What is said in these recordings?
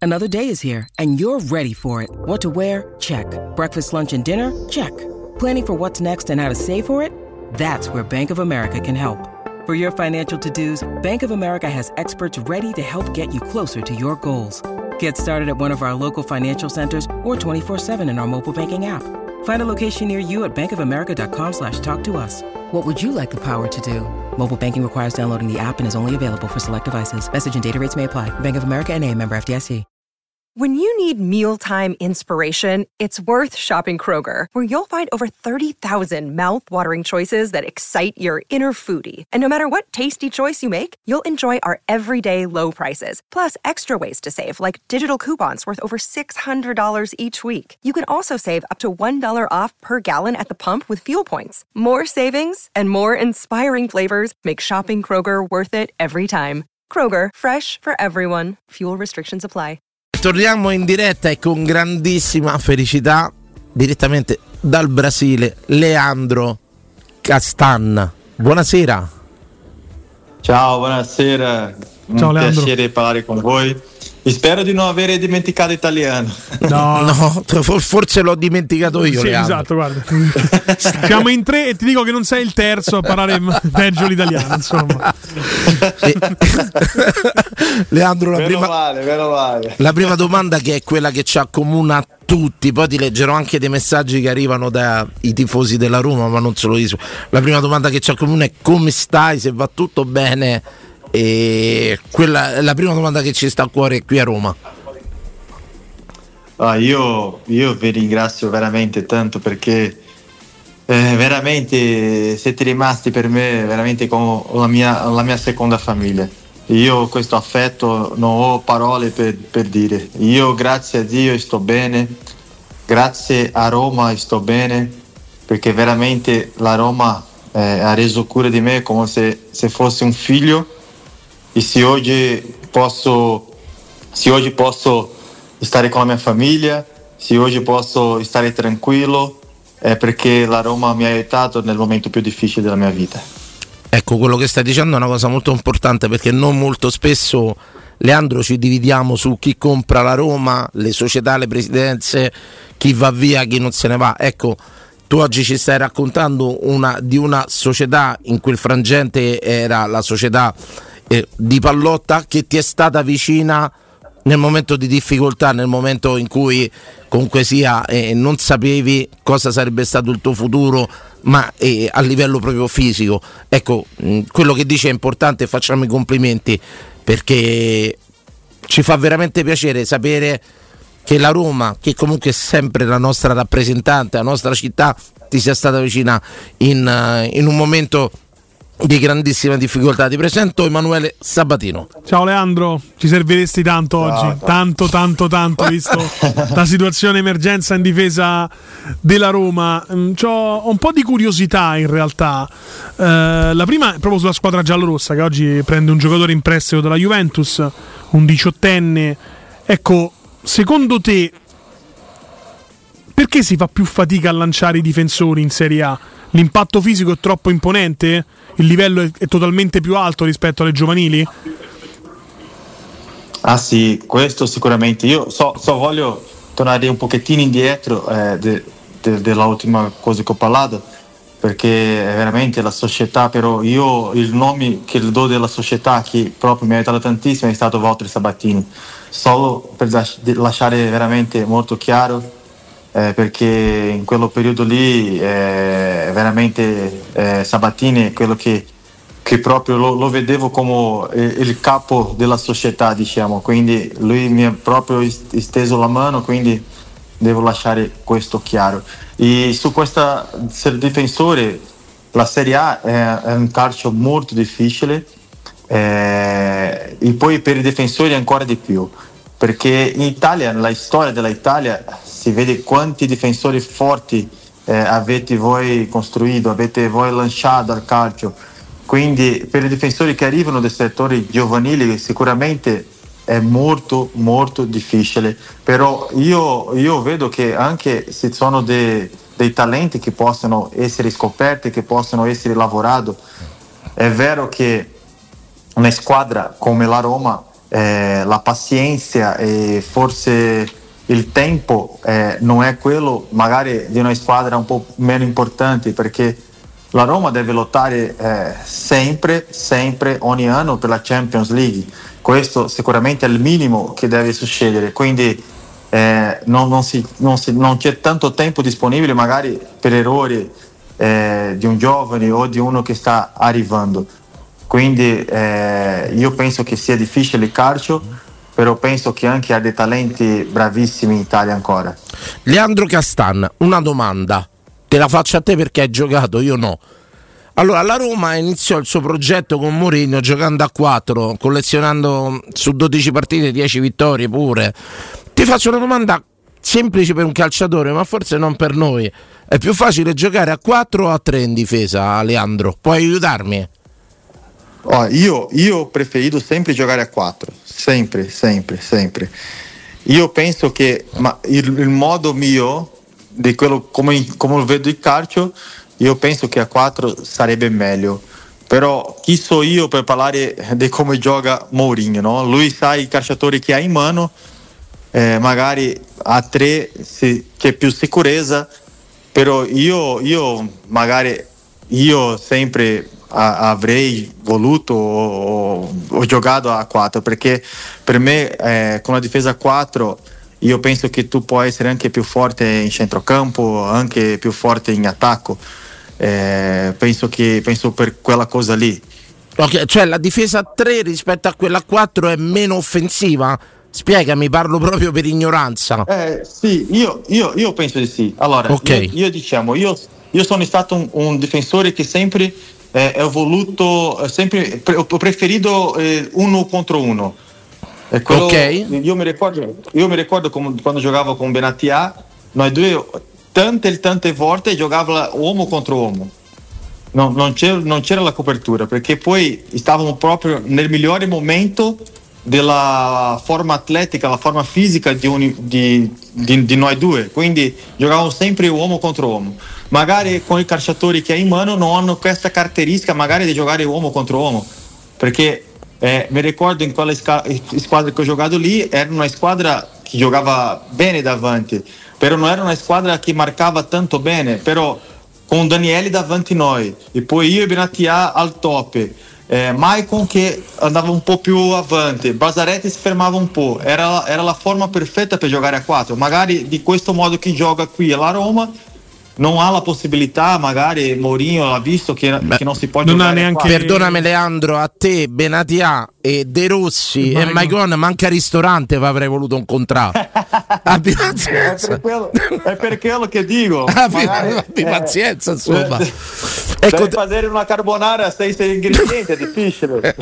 Another day is here, and you're ready for it. What to wear? Check. Breakfast, lunch, and dinner? Check. Planning for what's next and how to save for it? That's where Bank of America can help. For your financial to-dos, Bank of America has experts ready to help get you closer to your goals. Get started at one of our local financial centers or 24/7 in our mobile banking app. Find a location near you at bankofamerica.com/talktous. What would you like the power to do? Mobile banking requires downloading the app and is only available for select devices. Message and data rates may apply. Bank of America N.A., member FDIC. When you need mealtime inspiration, it's worth shopping Kroger, where you'll find over 30,000 mouth-watering choices that excite your inner foodie. And no matter what tasty choice you make, you'll enjoy our everyday low prices, plus extra ways to save, like digital coupons worth over $600 each week. You can also save up to $1 off per gallon at the pump with fuel points. More savings and more inspiring flavors make shopping Kroger worth it every time. Kroger, fresh for everyone. Fuel restrictions apply. Torniamo in diretta e con grandissima felicità direttamente dal Brasile, Leandro Castan. Buonasera. Ciao, buonasera. Ciao, Un Leandro. piacere parlare con voi. Spero di non avere dimenticato italiano. No, Forse l'ho dimenticato io. Sì, Leandro. esatto, guarda. Siamo in 3 e ti dico che non sei il terzo a parlare peggio l'italiano, insomma. Leandro, Meno male. la prima domanda, che è quella che ci accomuna tutti, poi ti leggerò anche dei messaggi che arrivano dai tifosi della Roma, ma non solo io. La prima domanda che ci accomuna è: come stai, se va tutto bene? E la prima domanda che ci sta a cuore qui a Roma. Io vi ringrazio veramente tanto, perché veramente siete rimasti per me veramente come la mia seconda famiglia. Io questo affetto non ho parole per dire. Io, grazie a Dio, sto bene, grazie a Roma sto bene, perché veramente la Roma ha reso cura di me come se fosse un figlio. E se oggi posso stare con la mia famiglia, se oggi posso stare tranquillo, è perché la Roma mi ha aiutato nel momento più difficile della mia vita. Ecco, quello che stai dicendo è una cosa molto importante, perché non molto spesso, Leandro, ci dividiamo su chi compra la Roma, le società, le presidenze, chi va via, chi non se ne va. Ecco, tu oggi ci stai raccontando di una società, in quel frangente era la società di Pallotta, che ti è stata vicina nel momento di difficoltà, nel momento in cui comunque sia non sapevi cosa sarebbe stato il tuo futuro, ma a livello proprio fisico. Ecco, quello che dice è importante, facciamo i complimenti, perché ci fa veramente piacere sapere che la Roma, che comunque è sempre la nostra rappresentante, la nostra città, ti sia stata vicina in un momento di grandissima difficoltà. Ti presento Emanuele Sabatino. Ciao Leandro, ci serviresti tanto oggi, tanto, visto la situazione emergenza in difesa della Roma. Ho un po' di curiosità in realtà. La prima è proprio sulla squadra giallorossa, che oggi prende un giocatore in prestito dalla Juventus, un 18enne. Ecco, secondo te perché si fa più fatica a lanciare i difensori in Serie A? L'impatto fisico è troppo imponente? Il livello è totalmente più alto rispetto alle giovanili? Ah sì, questo sicuramente. Io voglio tornare un pochettino indietro dell'ultima cosa che ho parlato, perché è veramente la società, però io il nome che do della società che proprio mi ha aiutato tantissimo è stato Walter Sabatini, solo per lasciare veramente molto chiaro, perché in quello periodo lì veramente Sabatini è quello che proprio lo vedevo come il capo della società, diciamo, quindi lui mi ha proprio esteso la mano, quindi devo lasciare questo chiaro. E su questa difensore, la Serie A è un calcio molto difficile, e poi per i difensori ancora di più, perché in Italia, nella storia dell'Italia, si vede quanti difensori forti avete voi costruito, avete voi lanciato al calcio. Quindi per i difensori che arrivano dai settori giovanili sicuramente è molto molto difficile, però io vedo che anche se sono dei talenti che possono essere scoperti, che possono essere lavorati, è vero che una squadra come la Roma la pazienza e forse il tempo non è quello magari di una squadra un po' meno importante, perché la Roma deve lottare sempre, ogni anno per la Champions League. Questo sicuramente è il minimo che deve succedere, quindi non c'è tanto tempo disponibile magari per errori di un giovane o di uno che sta arrivando. Quindi io penso che sia difficile il calcio, però penso che anche ha dei talenti bravissimi in Italia ancora. Leandro Castan, una domanda, te la faccio a te perché hai giocato, io no. Allora, la Roma iniziò il suo progetto con Mourinho giocando a 4, collezionando su 12 partite 10 vittorie pure. Ti faccio una domanda semplice per un calciatore, ma forse non per noi. È più facile giocare a 4 o a 3 in difesa, Leandro? Puoi aiutarmi? Io ho preferito sempre giocare a 4, sempre. Io penso che il modo mio di quello come vedo il calcio, io penso che a 4 sarebbe meglio. Però chi so io per parlare di come gioca Mourinho, no? Lui sa i calciatori che ha in mano, magari a 3 c'è più sicurezza, però io sempre avrei voluto o giocato a 4, perché per me con la difesa a 4 io penso che tu puoi essere anche più forte in centrocampo, anche più forte in attacco. Penso per quella cosa lì. Ok, cioè la difesa a 3 rispetto a quella a 4 è meno offensiva? Spiegami, parlo proprio per ignoranza. Sì, io penso di sì. Allora, okay. Io sono stato un difensore che sempre ho voluto, sempre ho preferito 1 contro 1. Ok. Io mi ricordo quando giocavo con Benatia, noi due tante volte giocavamo uomo contro uomo. Non c'era la copertura, perché poi stavamo proprio nel migliore momento della forma atletica, la forma fisica di noi due, quindi giocavamo sempre uomo contro uomo. Magari con i calciatori che hai in mano non hanno questa caratteristica magari di giocare uomo contro uomo, perché mi ricordo in quella squadra che ho giocato lì era una squadra che giocava bene davanti, però non era una squadra che marcava tanto bene, però con Daniele davanti noi e poi io e Benatia al top, Maicon che andava un po' più avanti, Basaretti si fermava un po', era la forma perfetta per giocare a 4. Magari di questo modo che gioca qui alla Roma non ha la possibilità, magari Mourinho ha visto che non si può giocare neanche. Perdonami Leandro, a te Benatia e De Rossi e Maicon manca ristorante, avrei voluto un contratto. Abbi pazienza. È per quello che dico. Abbi pazienza, insomma. Ecco, devi fare una carbonara a 6 ingredienti, è difficile.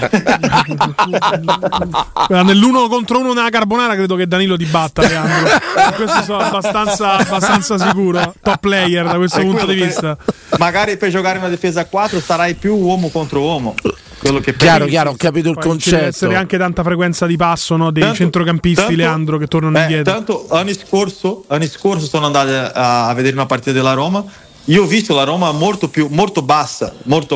Nell'1 contro 1 nella carbonara credo che Danilo ti batta, Leandro. Questo sono abbastanza sicuro. Top player da questo punto di vista. Magari per giocare una difesa a 4 sarai più uomo contro uomo. Quello che chiaro, ho capito il concetto. Ci deve essere anche tanta frequenza di passo, no, dei centrocampisti, Leandro, che tornano indietro. Tanto anni scorso sono andato a vedere una partita della Roma. Io ho visto la Roma molto bassa,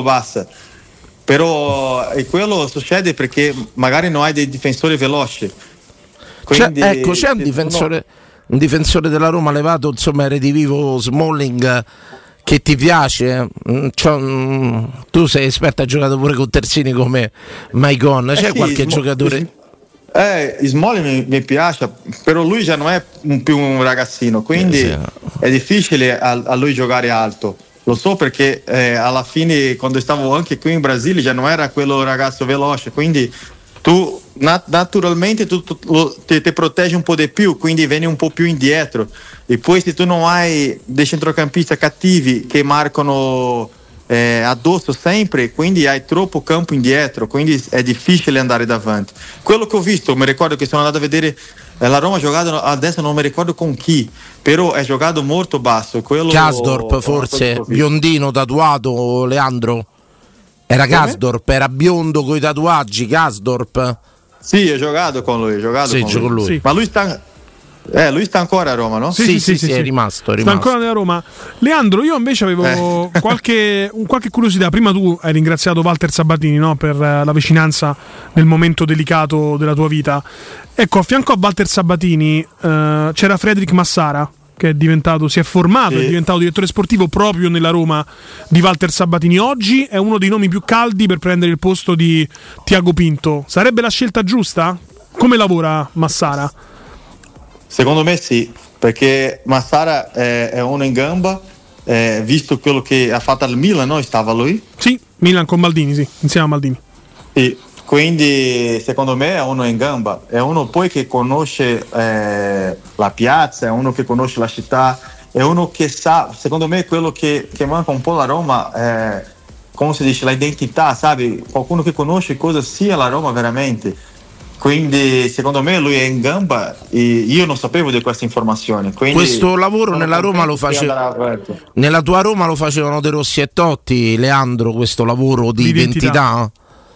però quello succede perché magari non hai dei difensori veloci. Quindi, c'è un difensore della Roma levato, insomma, redivivo Smalling, che ti piace. Tu sei esperto, hai giocato pure con terzini come Maicon, c'è qualche giocatore? Smalling mi piace, però lui già non è più un ragazzino, quindi è difficile a lui giocare alto. Lo so perché alla fine, quando stavo anche qui in Brasile, già non era quello ragazzo veloce, quindi tu naturalmente ti proteggi un po' di più, quindi vieni un po' più indietro. E poi se tu non hai dei centrocampisti cattivi che marcano addosso sempre, quindi hai troppo campo indietro, quindi è difficile andare davanti. Quello che ho visto, mi ricordo che sono andato a vedere la Roma ha giocato, adesso non mi ricordo con chi, però è giocato molto basso. Kasdorp forse, biondino tatuato, Leandro? Era Kasdorp, era biondo coi tatuaggi, Kasdorp? Sì, ho giocato con lui, Sì. Ma lui Lui sta ancora a Roma, no? Sì, è rimasto. Sta ancora nella Roma. Leandro, io invece avevo qualche curiosità. Prima tu hai ringraziato Walter Sabatini, no? Per la vicinanza nel momento delicato della tua vita. Ecco, a fianco a Walter Sabatini c'era Frederic Massara, che si è formato, è diventato direttore sportivo proprio nella Roma di Walter Sabatini. Oggi è uno dei nomi più caldi per prendere il posto di Tiago Pinto. Sarebbe la scelta giusta? Come lavora Massara? Secondo me sì, perché Massara è uno in gamba, visto quello che ha fatto al Milan, no? Stava lui? Sì, Milan con Maldini, sì, insieme a Maldini. Sì, quindi secondo me è uno in gamba, è uno poi che conosce la piazza, è uno che conosce la città, è uno che sa, secondo me quello che manca un po' alla Roma è, come si dice, l'identità, sabe? Qualcuno che conosce cosa sia la Roma veramente. Quindi secondo me lui è in gamba e io non sapevo di questa informazione. Questo lavoro nella Roma lo faceva, nella tua Roma lo facevano De Rossi e Totti, Leandro, questo lavoro di identità?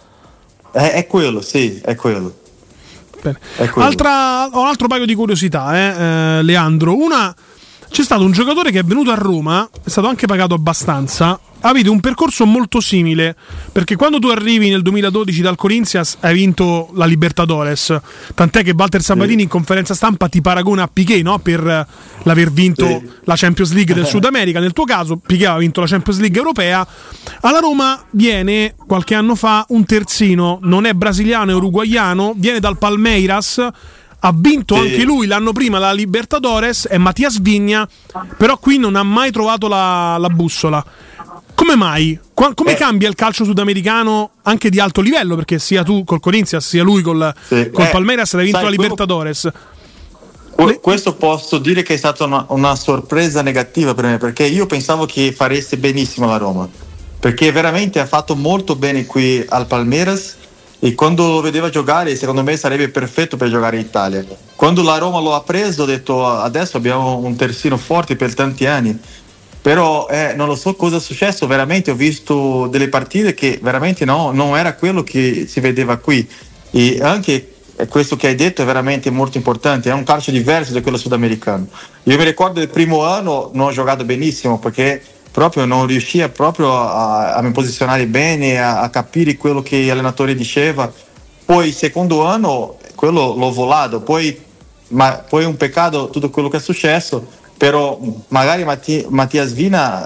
È quello, sì, è quello. Bene. Ho un altro paio di curiosità, Leandro. Una, c'è stato un giocatore che è venuto a Roma, è stato anche pagato abbastanza. Avete un percorso molto simile, perché quando tu arrivi nel 2012 dal Corinthians hai vinto la Libertadores, tant'è che Walter Sabatini in conferenza stampa ti paragona a Piqué, no? Per l'aver vinto la Champions League del Sud America. Nel tuo caso Piqué aveva vinto la Champions League europea. Alla Roma viene qualche anno fa un terzino, non è brasiliano, è uruguaiano, viene dal Palmeiras, ha vinto anche lui l'anno prima la Libertadores, è Matias Vigna, però qui non ha mai trovato la bussola. Come mai? Come cambia il calcio sudamericano anche di alto livello? Perché sia tu col Corinthians, sia lui col Palmeiras hai vinto la Libertadores. Questo posso dire che è stata una sorpresa negativa per me, perché io pensavo che faresse benissimo la Roma, perché veramente ha fatto molto bene qui al Palmeiras e quando lo vedeva giocare secondo me sarebbe perfetto per giocare in Italia. Quando la Roma lo ha preso ho detto adesso abbiamo un terzino forte per tanti anni. Però non lo so cosa è successo, veramente ho visto delle partite che veramente non era quello che si vedeva qui, e anche questo che hai detto è veramente molto importante, è un calcio diverso da quello sudamericano. Io mi ricordo il primo anno non ho giocato benissimo perché proprio non riusciva proprio a mi posizionare bene, a capire quello che l'allenatore diceva. Poi il secondo anno quello l'ho volato, poi un peccato tutto quello che è successo. Però magari Matias Vigna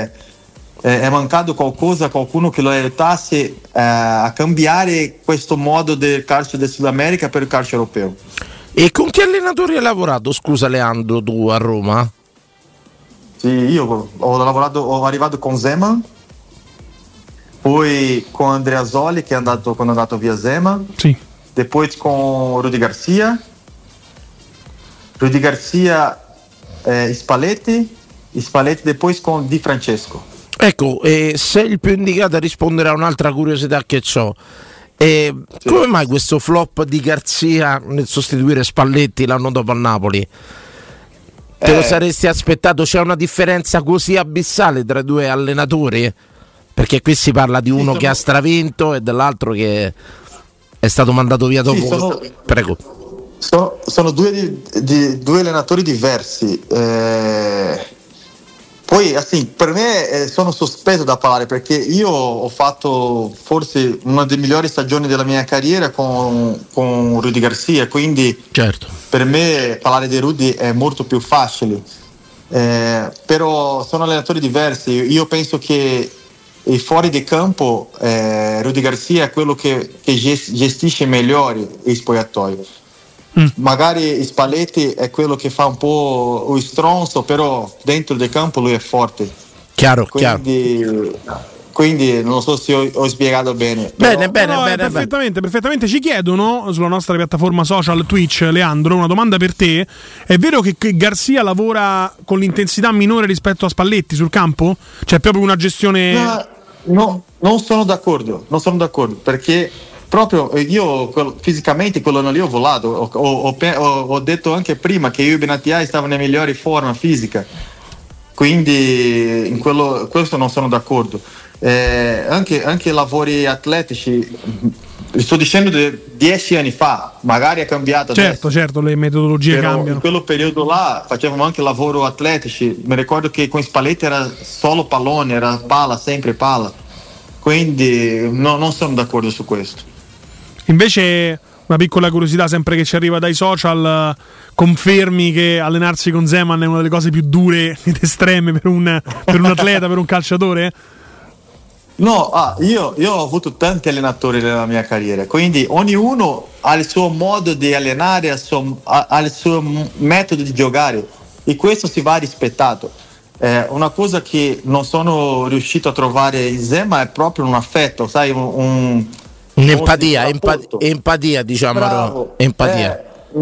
è mancato qualcuno che lo aiutasse a cambiare questo modo del calcio del Sud America per il calcio europeo. E con che allenatori hai lavorato, scusa Leandro, tu a Roma? Sì, io ho arrivato con Zeman, poi con Andrea Zoli che quando è andato via Zeman, sì. Poi con Rudy Garcia, Spalletti poi con Di Francesco. Ecco, sei il più indicato a rispondere a un'altra curiosità che ho. Come mai questo flop di Garzia nel sostituire Spalletti l'anno dopo a Napoli? Te lo saresti aspettato? C'è una differenza così abissale tra i due allenatori? Perché qui si parla di uno che ha stravinto e dell'altro che è stato mandato via dopo. Prego. Sono due allenatori diversi. Poi per me sono sospeso da parlare perché io ho fatto forse una delle migliori stagioni della mia carriera con Rudy Garcia, quindi certo. Per me parlare di Rudy è molto più facile, però sono allenatori diversi. Io penso che fuori di campo Rudy Garcia è quello che gestisce meglio i spogliatoi. Magari Spalletti è quello che fa un po' il stronzo, però dentro del campo lui è forte. Chiaro. Quindi non so se ho spiegato bene. Bene. Perfettamente. Ci chiedono sulla nostra piattaforma social Twitch, Leandro, una domanda per te. È vero che Garcia lavora con l'intensità minore rispetto a Spalletti sul campo? Cioè proprio una gestione... No, non sono d'accordo, perché proprio io fisicamente quell'anno lì ho volato, ho detto anche prima che io e Benatia stavo nelle migliori forme fisica, quindi questo non sono d'accordo. anche lavori atletici. Sto dicendo 10 anni fa, magari è cambiato certo, adesso. Certo, le metodologie cambiano. In quello periodo là facevamo anche lavoro atletici. Mi ricordo che con Spalletti era solo pallone, era palla, sempre palla. Quindi non sono d'accordo su questo. Invece una piccola curiosità, sempre che ci arriva dai social, confermi che allenarsi con Zeman è una delle cose più dure ed estreme per un atleta, per un calciatore? No, io ho avuto tanti allenatori nella mia carriera, quindi ognuno ha il suo modo di allenare, ha il suo metodo di giocare, e questo si va rispettato. Una cosa che non sono riuscito a trovare in Zeman è proprio un affetto, sai, empatia, diciamo. Bravo. Empatia.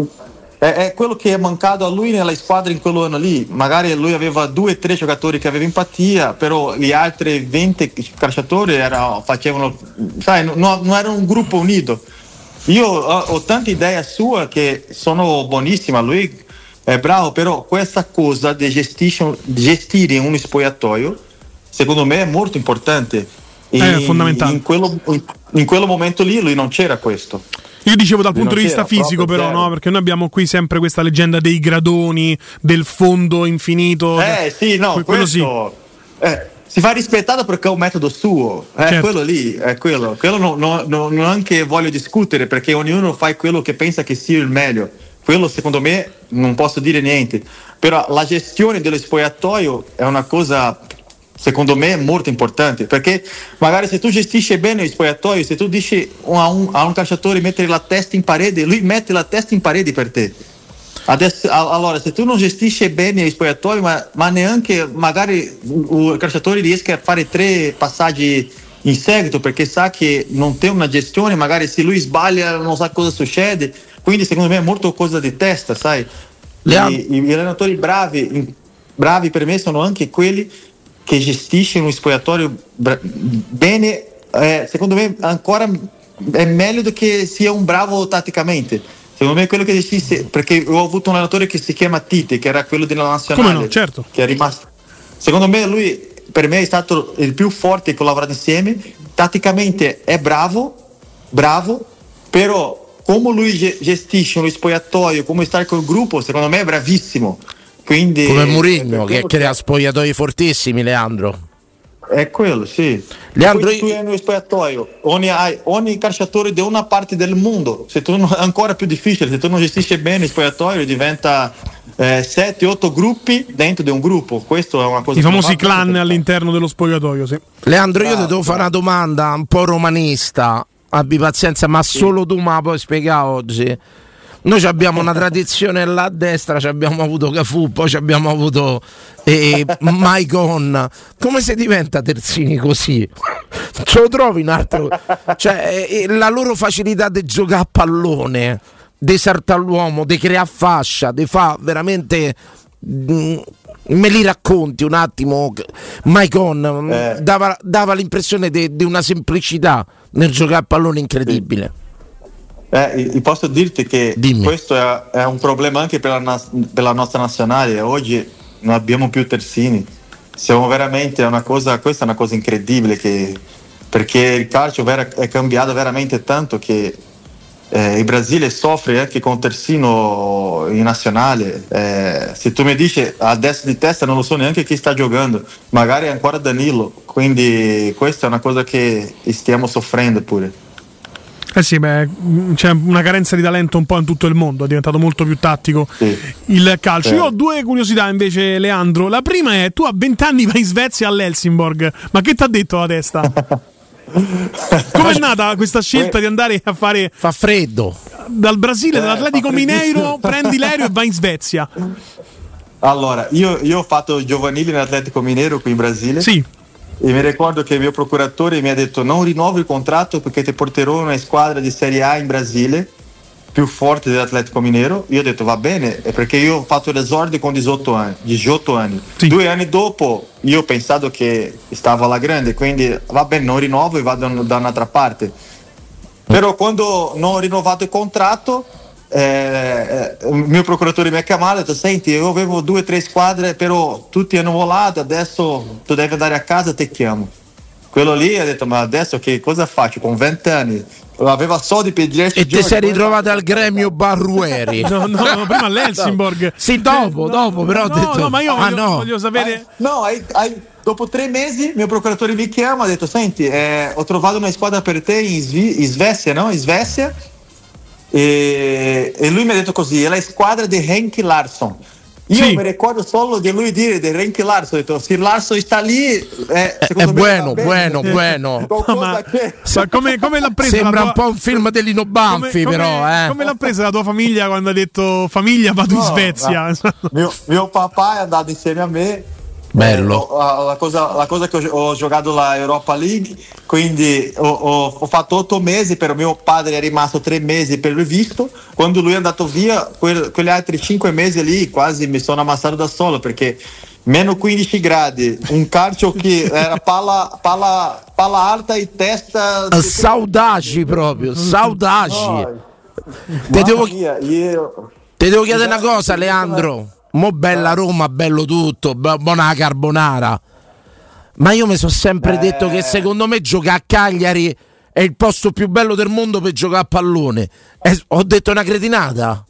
È quello che è mancato a lui nella squadra in quell'anno lì. Magari lui aveva 2 o 3 giocatori che avevano empatia, però gli altri 20 calciatori facevano, sai, non era un gruppo unito. Io ho tante idee sue che sono buonissime, lui è bravo, però questa cosa di gestire un spogliatoio secondo me è molto importante. È fondamentale. In quello momento lì lui non c'era questo. Io dicevo dal punto di vista fisico, però, no? Perché noi abbiamo qui sempre questa leggenda dei gradoni, del fondo infinito. Sì, no, quello sì. Si fa rispettato perché è un metodo suo. Certo. Quello lì, è quello. Quello non anche voglio discutere, perché ognuno fa quello che pensa che sia il meglio. Quello secondo me non posso dire niente. Però la gestione dello spogliatoio è una cosa, secondo me, molto importante, perché magari se tu gestisci bene il spogliatoio, se tu dici a un calciatore mettere la testa in parete, lui mette la testa in parete per te. Adesso, allora, se tu non gestisci bene il spogliatoio, ma neanche magari il calciatore riesce a fare 3 passaggi in seguito, perché sa che non tem una gestione, magari se lui sbaglia non sa cosa succede. Quindi secondo me è molto cosa di testa, sai. Gli allenatori bravi per me sono anche quelli che gestiscono un spogliatoio bene. Secondo me ancora è meglio do che sia un bravo tatticamente. Secondo me quello che gestisce, perché ho avuto un allenatore che si chiama Tite, che era quello della nazionale. Come no, certo. Che è rimasto. Secondo me lui per me è stato il più forte che ho lavorato insieme. Tatticamente è bravo, però come lui gestisce uno spogliatoio, come stare col gruppo, secondo me è bravissimo. Quindi, come Mourinho che crea spogliatoi fortissimi, Leandro. È quello, sì. Leandro, tu hai uno spogliatoio, ogni calciatore di una parte del mondo, se tu è ancora più difficile, se tu non gestisci bene il spogliatoio diventa 7-8 gruppi dentro di un gruppo. Questo è una cosa, i famosi clan all'interno dello spogliatoio, sì. Leandro, io ti devo fare una domanda un po' romanista, abbi pazienza, ma solo tu me la puoi spiegare oggi. Noi abbiamo una tradizione là a destra, abbiamo avuto Cafu, poi abbiamo avuto Maicon. Come si diventa terzini così? Ce lo trovi un altro? Cioè, la loro facilità di giocare a pallone, di saltare all'uomo, di creare fascia, di fa veramente. Me li racconti un attimo? Maicon dava l'impressione di una semplicità nel giocare a pallone incredibile. Posso dirti che questo è un problema anche per la nostra nazionale. Oggi non abbiamo più terzini. Siamo veramente questa è una cosa incredibile, perché il calcio è cambiato veramente tanto che il Brasile soffre anche con terzino in nazionale. Se tu mi dici a destra di testa non lo so neanche chi sta giocando, magari è ancora Danilo. Quindi questa è una cosa che stiamo soffrendo pure. Sì, c'è una carenza di talento un po' in tutto il mondo, è diventato molto più tattico il calcio. Io ho 2 curiosità invece, Leandro. La prima è: tu a 20 anni vai in Svezia all'Helsingborg, ma che ti ha detto la testa? Com'è nata questa scelta di andare a fare? Fa freddo. Dal Brasile, dall'Atletico Mineiro, prendi l'aereo e vai in Svezia. Allora, io ho fatto giovanili nell'Atletico Mineiro qui in Brasile. Sì. E mi ricordo che il mio procuratore mi ha detto: non rinnovi il contratto perché ti porterò una squadra di Serie A in Brasile più forte dell'Atletico Mineiro. Io ho detto va bene, perché io ho fatto l'esordio con 18 anni. Sì. 2 anni dopo io ho pensato che stavo alla grande, quindi va bene, non rinnovo e vado da un'altra parte. Però quando non ho rinnovato il contratto, il mio procuratore mi ha chiamato e ha detto: senti, io avevo 2 o 3 squadre, però tutti hanno volato, adesso tu devi andare a casa, ti chiamo. quello lì ha detto: ma adesso che cosa faccio con 20 anni? Aveva soldi per 10 e ti sei ritrovato al gremio Barrueri. No, prima all'Helsingborg. Sì, dopo però ho detto no, ma io voglio sapere. Dopo 3 mesi mio procuratore mi chiama, ha detto: senti, ho trovato una squadra per te in Svezia, no? In Svezia. E lui mi ha detto così: è la squadra di Henk Larsson. Io mi ricordo solo di lui dire di Henk Larsson, ho detto: se Larsson sta lì è bueno. Ma come l'ha presa? Sembra un po' un film di Lino Banfi, però come l'ha presa la tua famiglia quando ha detto famiglia vado in Svezia? Mio papà è andato insieme a me. Bello. La cosa che ho giocato la Europa League, quindi ho fatto 8 mesi, però mio padre è rimasto 3 mesi per lui visto. Quando lui è andato via, quegli altri 5 mesi lì quasi mi sono ammazzato da solo, perché meno 15 gradi, un calcio che era palla alta e testa saudagi proprio, saudagi. Te devo chiedere una cosa, Leandro. Mo' bella Roma, bello tutto, buona carbonara. Ma io mi sono sempre detto che secondo me giocare a Cagliari è il posto più bello del mondo per giocare a pallone. Ho detto una cretinata?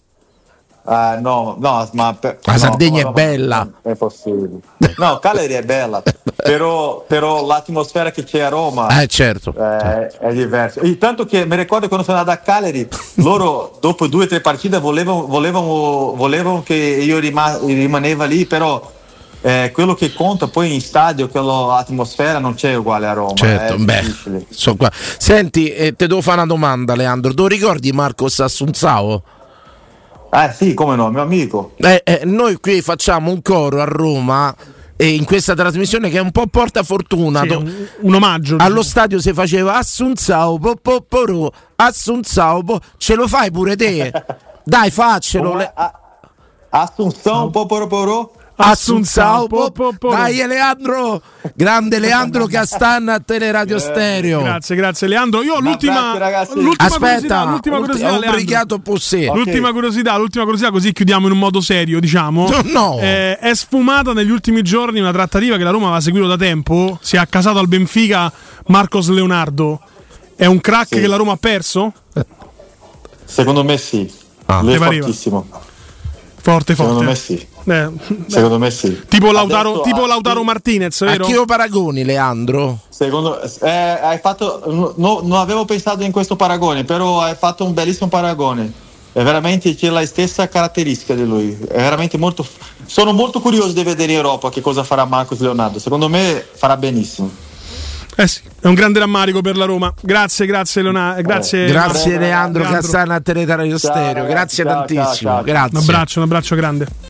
No, ma la Sardegna è bella. È possibile. No, Cagliari è bella, però l'atmosfera che c'è a Roma certo. È diversa. Tanto che mi ricordo quando sono andato a Cagliari, loro dopo 2 o 3 partite volevano che io rimaneva lì, però quello che conta poi in stadio, l'atmosfera non c'è uguale a Roma. Certo, so qua. Senti, ti devo fare una domanda, Leandro. Tu ricordi Marcos Assunzao? Sì, come no, mio amico. Noi qui facciamo un coro a Roma in questa trasmissione che è un po' portafortuna. Sì, un omaggio. Allo stadio si faceva Assunzao, Assunzao, ce lo fai pure te? Dai, faccelo. Assunzao, Poporò. Assunzao, dai Leandro, grande Leandro Castana a Teleradio Stereo. Grazie Leandro. Io l'ultima aspetta, curiosità, ho brigato Possè. L'ultima curiosità, così chiudiamo in un modo serio, diciamo. No. È sfumata negli ultimi giorni una trattativa che la Roma aveva seguito da tempo. Si è accasato al Benfica Marcos Leonardo. È un crack che la Roma ha perso? Secondo me sì. Lui è fortissimo. Forte. Secondo me sì. Secondo me sì. Tipo Lautaro Martinez, vero? A chi lo paragoni, Leandro? Secondo hai fatto non avevo pensato in questo paragone, però hai fatto un bellissimo paragone. È veramente c'è la stessa caratteristica di lui. È veramente sono molto curioso di vedere in Europa che cosa farà Marcos Leonardo. Secondo me farà benissimo. Sì, è un grande rammarico per la Roma. Grazie Leonardo. Grazie Leandro Castana a Teleradio Stereo. Grazie tantissimo. Grazie. Un abbraccio grande.